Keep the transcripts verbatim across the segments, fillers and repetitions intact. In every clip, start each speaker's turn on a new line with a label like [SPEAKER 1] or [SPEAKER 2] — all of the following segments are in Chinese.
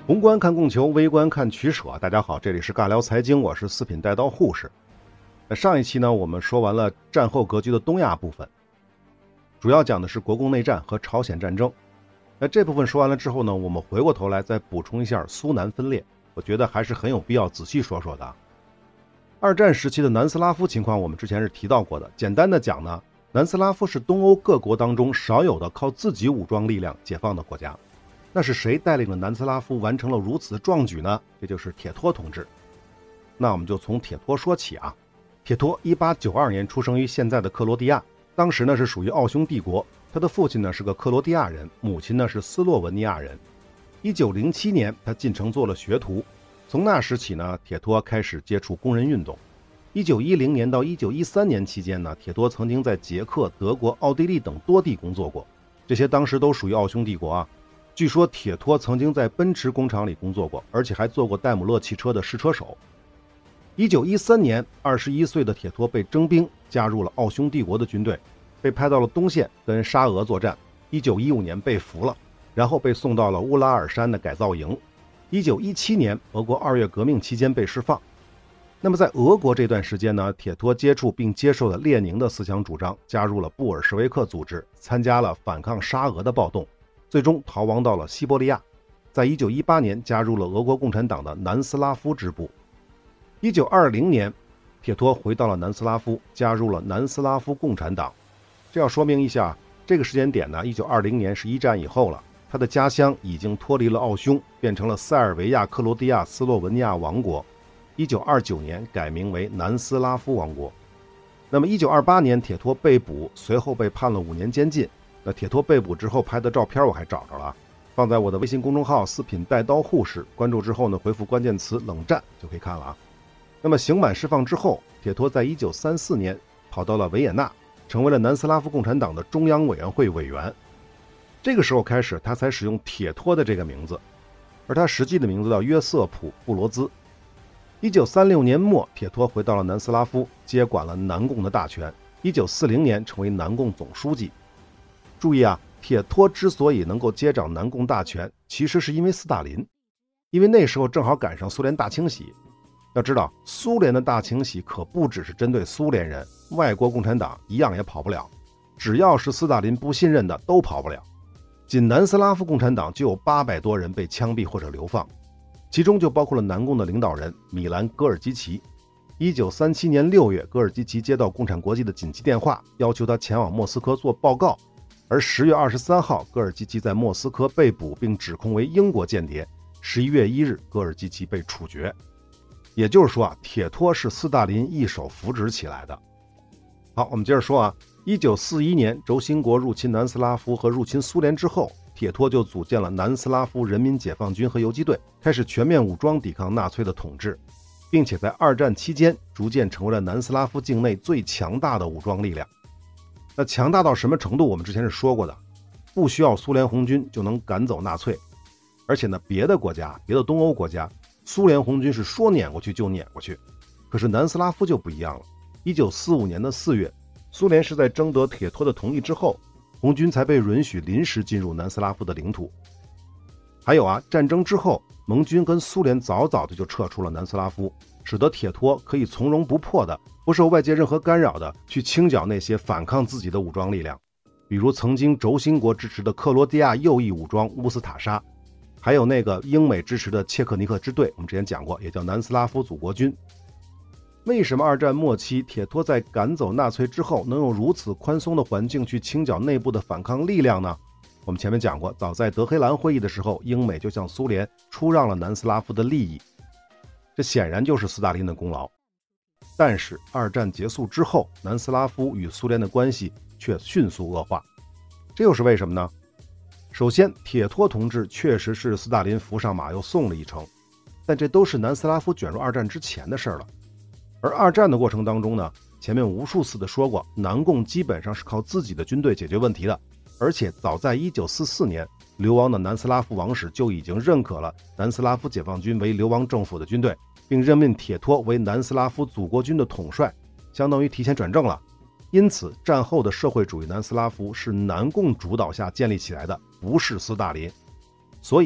[SPEAKER 1] 宏观看供求，微观看取舍。大家好，这里是尬聊财经，我是四品带刀护士。那上一期呢，我们说完了战后格局的东亚部分，主要讲的是国共内战和朝鲜战争。那这部分说完了之后呢，我们回过头来再补充一下苏南分裂，我觉得还是很有必要仔细说说的。二战时期的南斯拉夫情况我们之前是提到过的，简单的讲呢，南斯拉夫是东欧各国当中少有的靠自己武装力量解放的国家。那是谁带领着南斯拉夫完成了如此壮举呢？这就是铁托同志。那我们就从铁托说起啊。铁托一八九二年出生于现在的克罗地亚，当时呢是属于奥匈帝国，他的父亲呢是个克罗地亚人，母亲呢是斯洛文尼亚人。一九零七年他进城做了学徒，从那时起呢，铁托开始接触工人运动。一九一零年到一九一三年期间呢，铁托曾经在捷克、德国、奥地利等多地工作过，这些当时都属于奥匈帝国啊。据说铁托曾经在奔驰工厂里工作过，而且还做过戴姆勒汽车的试车手。一九一三年，二十一岁的铁托被征兵，加入了奥匈帝国的军队，被派到了东线跟沙俄作战。一九一五年被俘了，然后被送到了乌拉尔山的改造营。一九一七年，俄国二月革命期间被释放。那么在俄国这段时间呢，铁托接触并接受了列宁的思想主张，加入了布尔什维克组织，参加了反抗沙俄的暴动，最终逃亡到了西伯利亚。在一九一八年加入了俄国共产党的南斯拉夫支部。一九二零年，铁托回到了南斯拉夫，加入了南斯拉夫共产党。这要说明一下，这个时间点呢，一九二零年是一战以后了，他的家乡已经脱离了奥匈，变成了塞尔维亚克罗地亚斯洛文尼亚王国。一九二九年改名为南斯拉夫王国。那么一九二八年铁托被捕，随后被判了五年监禁。那铁托被捕之后拍的照片我还找着了，放在我的微信公众号四品带刀护士，关注之后呢，回复关键词冷战就可以看了啊。那么刑满释放之后，铁托在一九三四年跑到了维也纳，成为了南斯拉夫共产党的中央委员会委员。这个时候开始他才使用铁托的这个名字，而他实际的名字叫约瑟普·布罗兹。一九三六年末，铁托回到了南斯拉夫，接管了南共的大权。一九四零年成为南共总书记。注意啊，铁托之所以能够接掌南共大权，其实是因为斯大林，因为那时候正好赶上苏联大清洗。要知道，苏联的大清洗可不只是针对苏联人，外国共产党一样也跑不了，只要是斯大林不信任的都跑不了。仅南斯拉夫共产党就有八百多人被枪毙或者流放，其中就包括了南共的领导人米兰·戈尔基奇。一九三七年六月，戈尔基奇接到共产国际的紧急电话，要求他前往莫斯科做报告。而十月二十三号，戈尔基奇在莫斯科被捕，并指控为英国间谍。十一月一日，戈尔基奇被处决。也就是说啊，铁托是斯大林一手扶植起来的。好，我们接着说啊，一九四一年，轴心国入侵南斯拉夫和入侵苏联之后，铁托就组建了南斯拉夫人民解放军和游击队，开始全面武装抵抗纳粹的统治，并且在二战期间逐渐成为了南斯拉夫境内最强大的武装力量。那强大到什么程度，我们之前是说过的，不需要苏联红军就能赶走纳粹。而且呢，别的国家，别的东欧国家，苏联红军是说撵过去就撵过去，可是南斯拉夫就不一样了。一九四五年的四月，苏联是在征得铁托的同意之后，红军才被允许临时进入南斯拉夫的领土。还有啊，战争之后，盟军跟苏联早早的就撤出了南斯拉夫，使得铁托可以从容不迫的，不受外界任何干扰的去清剿那些反抗自己的武装力量，比如曾经轴心国支持的克罗地亚右翼武装乌斯塔沙，还有那个英美支持的切克尼克支队，我们之前讲过，也叫南斯拉夫祖国军。为什么二战末期铁托在赶走纳粹之后能有如此宽松的环境去清剿内部的反抗力量呢？我们前面讲过，早在德黑兰会议的时候，英美就向苏联出让了南斯拉夫的利益，这显然就是斯大林的功劳。但是二战结束之后，南斯拉夫与苏联的关系却迅速恶化，这又是为什么呢？首先，铁托同志确实是斯大林扶上马又送了一程，但这都是南斯拉夫卷入二战之前的事了。而二战的过程当中呢，前面无数次的说过，南共基本上是靠自己的军队解决问题的，而且早在一九四四年，流亡的南斯拉夫王室就已经认可了南斯拉夫解放军为流亡政府的军队，并任命铁托为南斯拉夫祖国军的统帅，相当于提前转正了。因此，战后的社会主义南斯拉夫是南共主导下建立起来的，不是斯大林。所以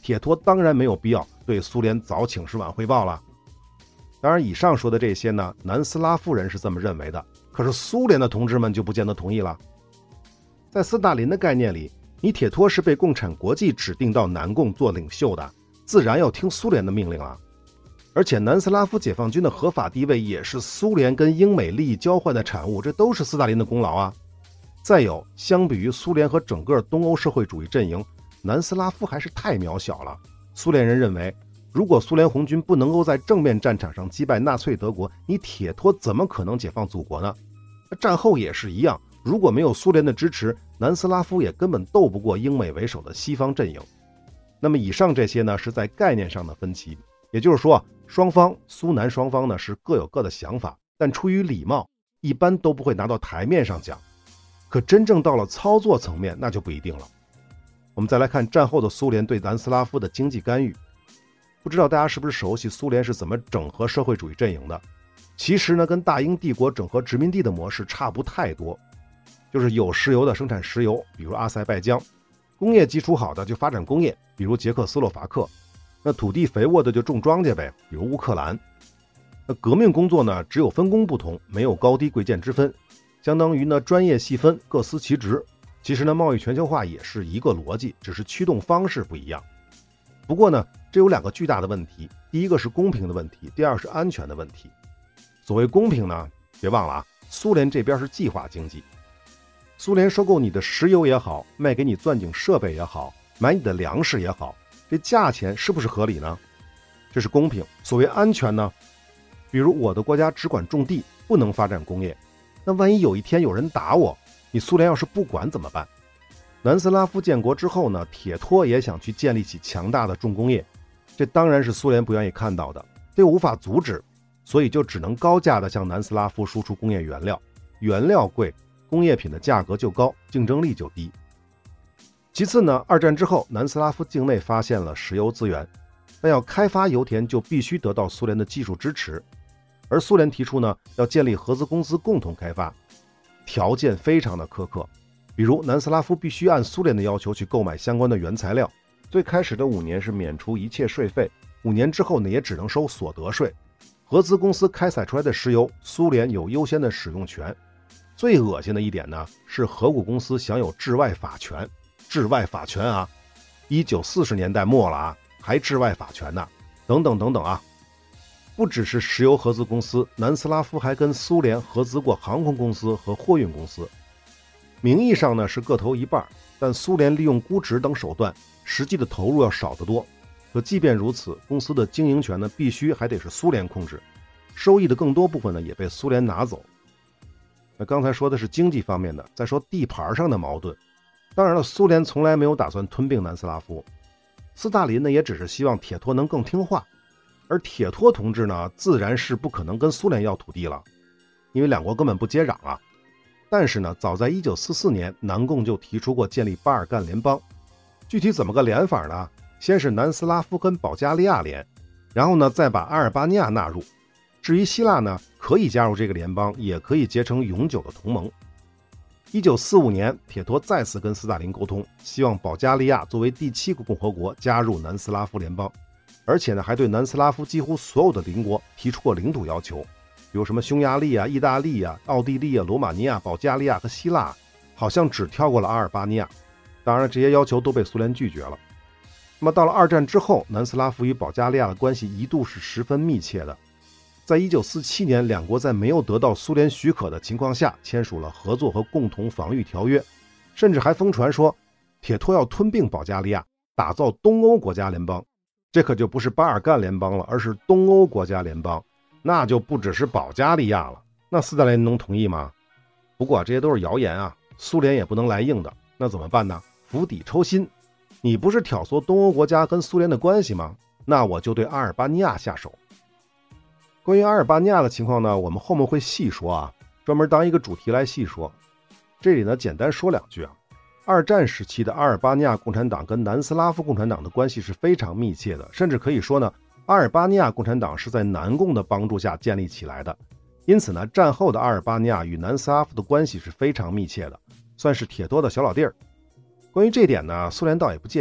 [SPEAKER 1] 铁托当然没有必要对苏联早请示晚汇报了。当然以上说的这些呢，南斯拉夫人是这么认为的，可是苏联的同志们就不见得同意了。在斯大林的概念里，你铁托是被共产国际指定到南共做领袖的，自然要听苏联的命令了。而且南斯拉夫解放军的合法地位也是苏联跟英美利益交换的产物，这都是斯大林的功劳啊。再有，相比于苏联和整个东欧社会主义阵营，南斯拉夫还是太渺小了。苏联人认为，如果苏联红军不能够在正面战场上击败纳粹德国，你铁托怎么可能解放祖国呢？战后也是一样，如果没有苏联的支持，南斯拉夫也根本斗不过英美为首的西方阵营。那么以上这些呢，是在概念上的分歧，也就是说，双方苏南双方呢是各有各的想法，但出于礼貌，一般都不会拿到台面上讲。可真正到了操作层面，那就不一定了。我们再来看战后的苏联对南斯拉夫的经济干预。不知道大家是不是熟悉苏联是怎么整合社会主义阵营的？其实呢，跟大英帝国整合殖民地的模式差不太多，就是有石油的生产石油，比如阿塞拜疆；工业基础好的就发展工业，比如捷克斯洛伐克；那土地肥沃的就种庄稼呗，比如乌克兰。那革命工作呢，只有分工不同，没有高低贵贱之分，相当于呢专业细分，各司其职。其实呢，贸易全球化也是一个逻辑，只是驱动方式不一样。不过呢，这有两个巨大的问题，第一个是公平的问题，第二是安全的问题。所谓公平呢，别忘了啊，苏联这边是计划经济，苏联收购你的石油也好，卖给你钻井设备也好，买你的粮食也好，这价钱是不是合理呢？这是公平。所谓安全呢，比如我的国家只管种地，不能发展工业，那万一有一天有人打我，你苏联要是不管怎么办？南斯拉夫建国之后呢，铁托也想去建立起强大的重工业，这当然是苏联不愿意看到的，这又无法阻止，所以就只能高价的向南斯拉夫输出工业原料，原料贵，工业品的价格就高，竞争力就低。其次呢，二战之后，南斯拉夫境内发现了石油资源，但要开发油田就必须得到苏联的技术支持，而苏联提出呢，要建立合资公司共同开发，条件非常的苛刻。比如南斯拉夫必须按苏联的要求去购买相关的原材料，最开始的五年是免除一切税费，五年之后呢也只能收所得税。合资公司开采出来的石油，苏联有优先的使用权。最恶心的一点呢，是合股公司享有治外法权。治外法权啊，一九四十年代末了啊，还治外法权呢，等等等等啊。不只是石油合资公司，南斯拉夫还跟苏联合资过航空公司和货运公司。名义上呢是各投一半，但苏联利用估值等手段，实际的投入要少得多。可即便如此，公司的经营权呢必须还得是苏联控制，收益的更多部分呢也被苏联拿走。那刚才说的是经济方面的，再说地盘上的矛盾。当然了，苏联从来没有打算吞并南斯拉夫，斯大林呢也只是希望铁托能更听话，而铁托同志呢自然是不可能跟苏联要土地了，因为两国根本不接壤啊。但是呢，早在一九四四年，南共就提出过建立巴尔干联邦。具体怎么个联法呢？先是南斯拉夫跟保加利亚联，然后呢再把阿尔巴尼亚纳入。至于希腊呢，可以加入这个联邦，也可以结成永久的同盟。一九四五年，铁托再次跟斯大林沟通，希望保加利亚作为第七个共和国加入南斯拉夫联邦，而且呢还对南斯拉夫几乎所有的邻国提出过领土要求。有什么匈牙利啊、意大利啊、奥地利啊、罗马尼亚、保加利亚和希腊，好像只跳过了阿尔巴尼亚。当然这些要求都被苏联拒绝了。那么到了二战之后，南斯拉夫与保加利亚的关系一度是十分密切的。在一九四七年，两国在没有得到苏联许可的情况下签署了合作和共同防御条约，甚至还疯传说铁托要吞并保加利亚，打造东欧国家联邦。这可就不是巴尔干联邦了，而是东欧国家联邦，那就不只是保加利亚了。那斯大林能同意吗？不过这些都是谣言啊，苏联也不能来硬的。那怎么办呢？釜底抽薪。你不是挑唆东欧国家跟苏联的关系吗？那我就对阿尔巴尼亚下手。关于阿尔巴尼亚的情况呢，我们后面会细说啊，专门当一个主题来细说。这里呢简单说两句啊。二战时期的阿尔巴尼亚共产党跟南斯拉夫共产党的关系是非常密切的，甚至可以说呢，阿尔巴尼亚共产党是在南共的帮助下建立起来的。因此呢，战后的阿尔巴尼亚与南斯拉夫的关系是非常密切的，算是铁托的小老弟儿。关于这点呢，苏联倒也不介意，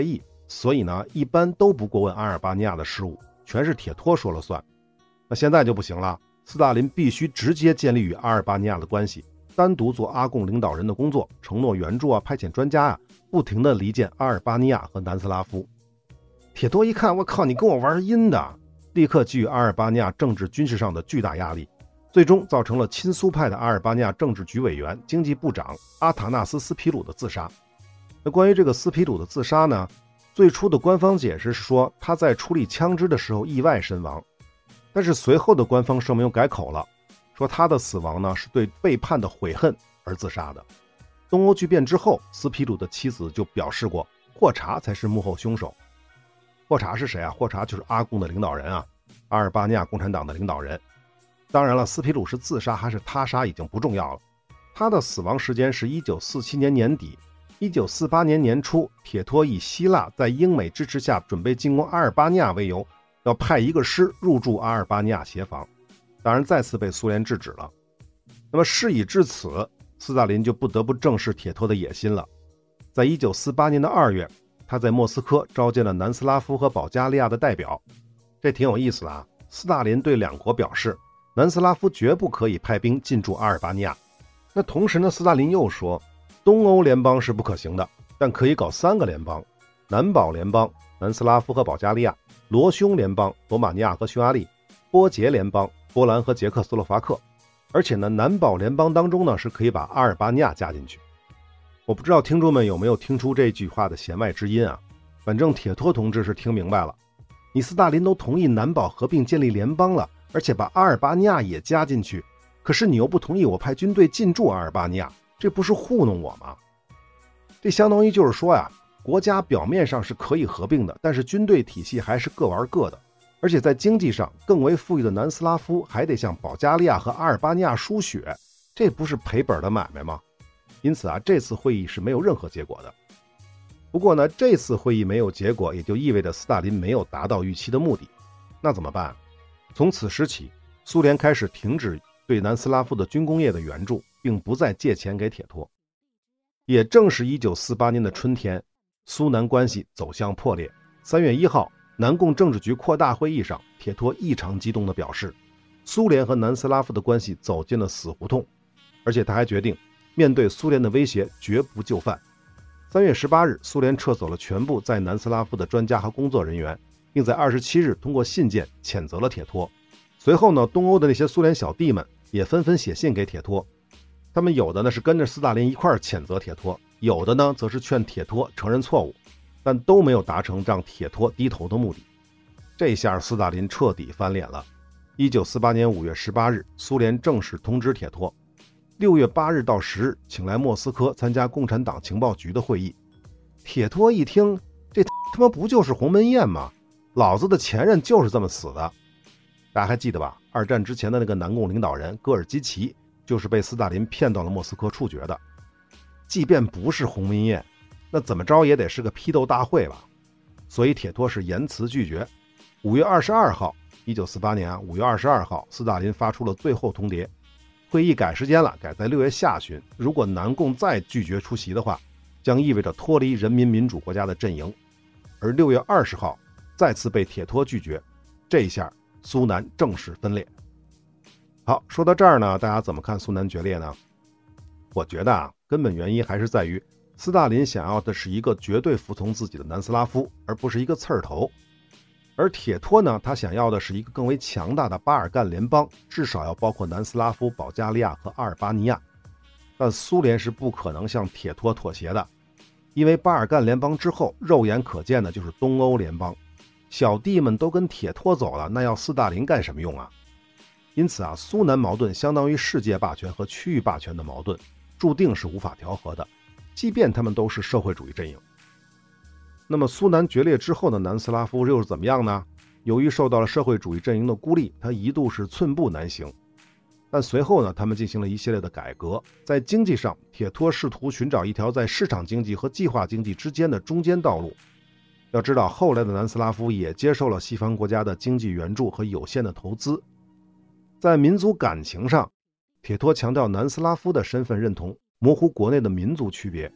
[SPEAKER 1] 所以呢，一般都不过问阿尔巴尼亚的事务，全是铁托说了算。那现在就不行了，斯大林必须直接建立与阿尔巴尼亚的关系，单独做阿共领导人的工作，承诺援助啊，派遣专家啊，不停地离间阿尔巴尼亚和南斯拉夫。铁托一看，我靠，你跟我玩阴的，立刻给予阿尔巴尼亚政治军事上的巨大压力，最终造成了亲苏派的阿尔巴尼亚政治局委员、经济部长阿塔纳斯·斯皮鲁的自杀。那关于这个斯皮鲁的自杀呢，最初的官方解释是说他在处理枪支的时候意外身亡，但是随后的官方声明又改口了，说他的死亡呢是对背叛的悔恨而自杀的。东欧剧变之后，斯皮鲁的妻子就表示过，霍查才是幕后凶手。霍查是谁啊？霍查就是阿共的领导人啊，阿尔巴尼亚共产党的领导人。当然了，斯皮鲁是自杀还是他杀已经不重要了，他的死亡时间是一九四七年年底。一九四八年年初，铁托以希腊在英美支持下准备进攻阿尔巴尼亚为由，要派一个师入驻阿尔巴尼亚协防，当然再次被苏联制止了。那么事已至此，斯大林就不得不正视铁托的野心了。在一九四八年的二月，他在莫斯科召见了南斯拉夫和保加利亚的代表。这挺有意思的啊，斯大林对两国表示，南斯拉夫绝不可以派兵进驻阿尔巴尼亚。那同时呢，斯大林又说，东欧联邦是不可行的，但可以搞三个联邦：南保联邦、南斯拉夫和保加利亚；罗匈联邦、罗马尼亚和匈牙利；波捷联邦、波兰和捷克斯洛伐克。而且呢，南保联邦当中呢是可以把阿尔巴尼亚加进去。我不知道听众们有没有听出这句话的弦外之音啊？反正铁托同志是听明白了，你斯大林都同意南保合并建立联邦了，而且把阿尔巴尼亚也加进去，可是你又不同意我派军队进驻阿尔巴尼亚，这不是糊弄我吗？这相当于就是说呀，国家表面上是可以合并的，但是军队体系还是各玩各的，而且在经济上更为富裕的南斯拉夫还得向保加利亚和阿尔巴尼亚输血，这不是赔本的买卖吗？因此啊，这次会议是没有任何结果的。不过呢，这次会议没有结果，也就意味着斯大林没有达到预期的目的。那怎么办？从此时起，苏联开始停止对南斯拉夫的军工业的援助，并不再借钱给铁托。也正是一九四八年的春天，苏南关系走向破裂。三月一号，南共政治局扩大会议上，铁托异常激动地表示，苏联和南斯拉夫的关系走进了死胡同，而且他还决定面对苏联的威胁，绝不就范。三月十八日，苏联撤走了全部在南斯拉夫的专家和工作人员，并在二十七日通过信件谴责了铁托。随后呢，东欧的那些苏联小弟们也纷纷写信给铁托，他们有的呢是跟着斯大林一块谴责铁托，有的呢则是劝铁托承认错误，但都没有达成让铁托低头的目的。这下斯大林彻底翻脸了。一九四八年五月十八日，苏联正式通知铁托，六月八日到十日请来莫斯科参加共产党情报局的会议。铁托一听，这他妈不就是鸿门宴吗？老子的前任就是这么死的。大家还记得吧？二战之前的那个南共领导人戈尔基奇就是被斯大林骗到了莫斯科处决的。即便不是鸿门宴，那怎么着也得是个批斗大会吧。所以铁托是严词拒绝。五月二十二号，一九四八年啊，五月二十二号，斯大林发出了最后通牒，会议改时间了，改在六月下旬。如果南共再拒绝出席的话，将意味着脱离人民民主国家的阵营。而六月二十号再次被铁托拒绝，这一下苏南正式分裂。好，说到这儿呢，大家怎么看苏南决裂呢？我觉得啊，根本原因还是在于斯大林想要的是一个绝对服从自己的南斯拉夫，而不是一个刺儿头。而铁托呢，他想要的是一个更为强大的巴尔干联邦，至少要包括南斯拉夫、保加利亚和阿尔巴尼亚。但苏联是不可能向铁托妥协的，因为巴尔干联邦之后，肉眼可见的就是东欧联邦。小弟们都跟铁托走了，那要斯大林干什么用啊？因此啊，苏南矛盾相当于世界霸权和区域霸权的矛盾，注定是无法调和的，即便他们都是社会主义阵营。那么苏南决裂之后的南斯拉夫又是怎么样呢？由于受到了社会主义阵营的孤立，他一度是寸步难行。但随后呢，他们进行了一系列的改革。在经济上，铁托试图寻找一条在市场经济和计划经济之间的中间道路。要知道，后来的南斯拉夫也接受了西方国家的经济援助和有限的投资。在民族感情上，铁托强调南斯拉夫的身份认同，模糊国内的民族区别。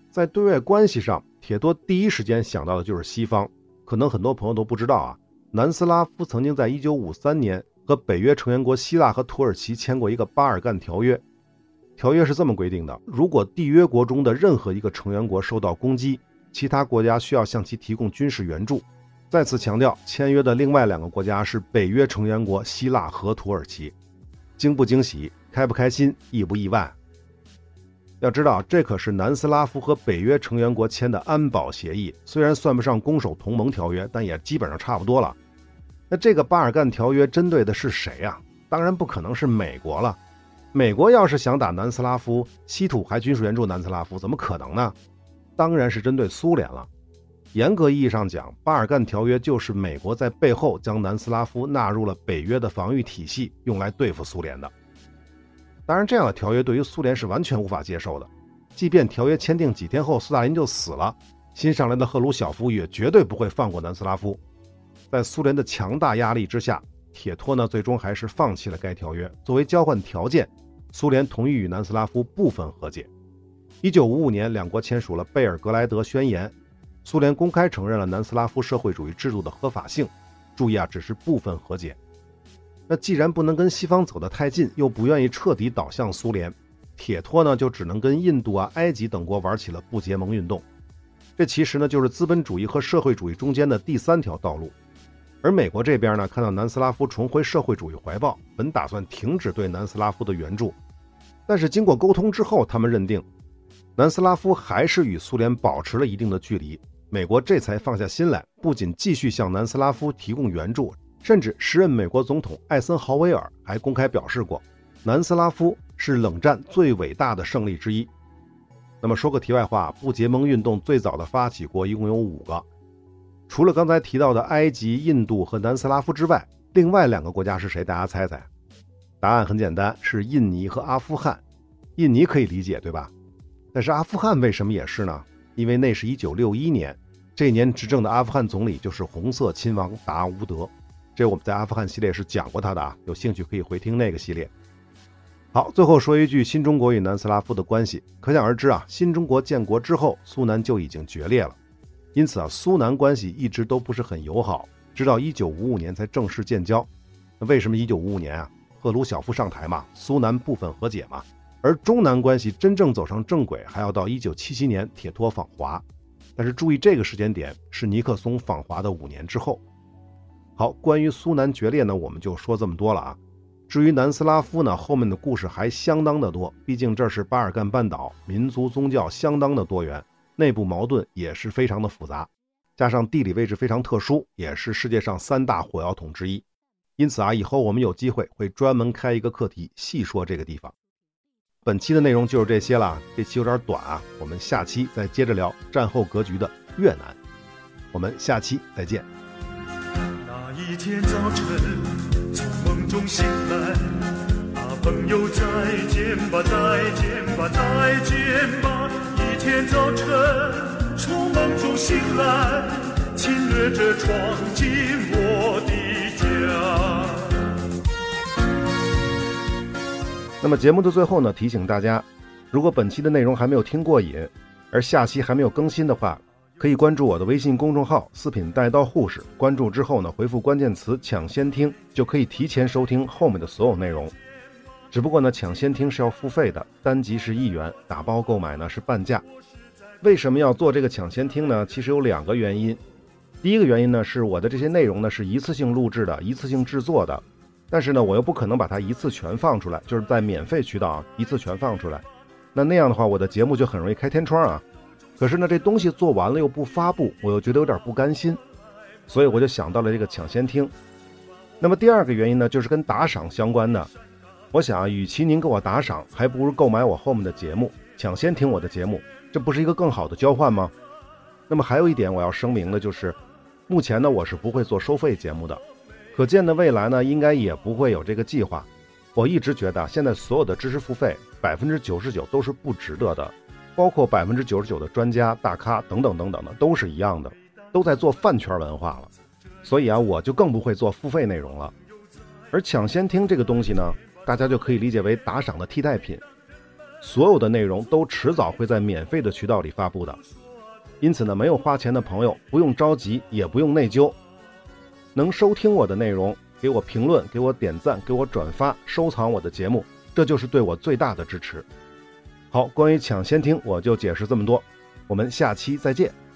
[SPEAKER 1] 在对外关系上，铁托第一时间想到的就是西方。可能很多朋友都不知道啊，南斯拉夫曾经在一九五三年和北约成员国希腊和土耳其签过一个巴尔干条约。条约是这么规定的，如果缔约国中的任何一个成员国受到攻击，其他国家需要向其提供军事援助。再次强调，签约的另外两个国家是北约成员国希腊和土耳其。惊不惊喜，开不开心，意不意外？要知道，这可是南斯拉夫和北约成员国签的安保协议，虽然算不上攻守同盟条约，但也基本上差不多了。那这个巴尔干条约针对的是谁啊？当然不可能是美国了。美国要是想打南斯拉夫，稀土还军事援助南斯拉夫，怎么可能呢？当然是针对苏联了。严格意义上讲，巴尔干条约就是美国在背后将南斯拉夫纳入了北约的防御体系，用来对付苏联的。当然，这样的条约对于苏联是完全无法接受的。即便条约签订几天后斯大林就死了，新上来的赫鲁晓夫也绝对不会放过南斯拉夫。在苏联的强大压力之下，铁托呢最终还是放弃了该条约。作为交换条件，苏联同意与南斯拉夫部分和解。一九五五年，两国签署了贝尔格莱德宣言，苏联公开承认了南斯拉夫社会主义制度的合法性。注意啊，只是部分和解。那既然不能跟西方走得太近，又不愿意彻底倒向苏联，铁托呢就只能跟印度啊、埃及等国玩起了不结盟运动。这其实呢就是资本主义和社会主义中间的第三条道路。而美国这边呢，看到南斯拉夫重回社会主义怀抱，本打算停止对南斯拉夫的援助，但是经过沟通之后，他们认定南斯拉夫还是与苏联保持了一定的距离，美国这才放下心来，不仅继续向南斯拉夫提供援助，甚至时任美国总统艾森豪威尔还公开表示过，南斯拉夫是冷战最伟大的胜利之一。那么说个题外话，不结盟运动最早的发起国一共有五个，除了刚才提到的埃及、印度和南斯拉夫之外，另外两个国家是谁？大家猜猜？答案很简单，是印尼和阿富汗。印尼可以理解，对吧？但是阿富汗为什么也是呢？因为那是一九六一年，这年执政的阿富汗总理就是红色亲王达乌德。这我们在阿富汗系列是讲过他的啊，有兴趣可以回听那个系列。好，最后说一句新中国与南斯拉夫的关系，可想而知啊，新中国建国之后，苏南就已经决裂了。因此啊，苏南关系一直都不是很友好，直到一九五五年才正式建交。那为什么一九五五年啊？赫鲁晓夫上台嘛，苏南部分和解嘛。而中南关系真正走上正轨，还要到一九七七年铁托访华。但是注意，这个时间点是尼克松访华的五年之后。好，关于苏南决裂呢，我们就说这么多了啊。至于南斯拉夫呢，后面的故事还相当的多，毕竟这是巴尔干半岛，民族宗教相当的多元，内部矛盾也是非常的复杂，加上地理位置非常特殊，也是世界上三大火药桶之一。因此啊，以后我们有机会会专门开一个课题细说这个地方。本期的内容就是这些了，这期有点短啊，我们下期再接着聊战后格局的越南。我们下期再见。
[SPEAKER 2] 那一天早晨从梦中醒来，啊朋友再见吧再见吧再见吧，一天早晨从梦中醒来，侵略者闯进我的家。
[SPEAKER 1] 那么节目的最后呢，提醒大家，如果本期的内容还没有听过瘾，而下期还没有更新的话，可以关注我的微信公众号四品带刀护士，关注之后呢，回复关键词抢先听，就可以提前收听后面的所有内容。只不过呢，抢先听是要付费的，单集是一元，打包购买呢是半价。为什么要做这个抢先听呢？其实有两个原因。第一个原因呢，是我的这些内容呢是一次性录制的，一次性制作的，但是呢，我又不可能把它一次全放出来，就是在免费渠道啊一次全放出来。那那样的话，我的节目就很容易开天窗啊。可是呢，这东西做完了又不发布，我又觉得有点不甘心，所以我就想到了这个抢先听。那么第二个原因呢，就是跟打赏相关的。我想啊，与其您给我打赏，还不如购买我后面的节目，抢先听我的节目，这不是一个更好的交换吗？那么还有一点我要声明的就是，目前呢我是不会做收费节目的，可见的未来呢应该也不会有这个计划。我一直觉得现在所有的知识付费百分之九十九都是不值得的，包括百分之九十九的专家大咖等等等等的都是一样的，都在做饭圈文化了。所以啊，我就更不会做付费内容了。而抢先听这个东西呢，大家就可以理解为打赏的替代品。 所有的内容都迟早会在免费的渠道里发布的。因此呢，没有花钱的朋友不用着急，也不用内疚，能收听我的内容，给我评论，给我点赞，给我转发，收藏我的节目，这就是对我最大的支持。好，关于抢先听我就解释这么多，我们下期再见。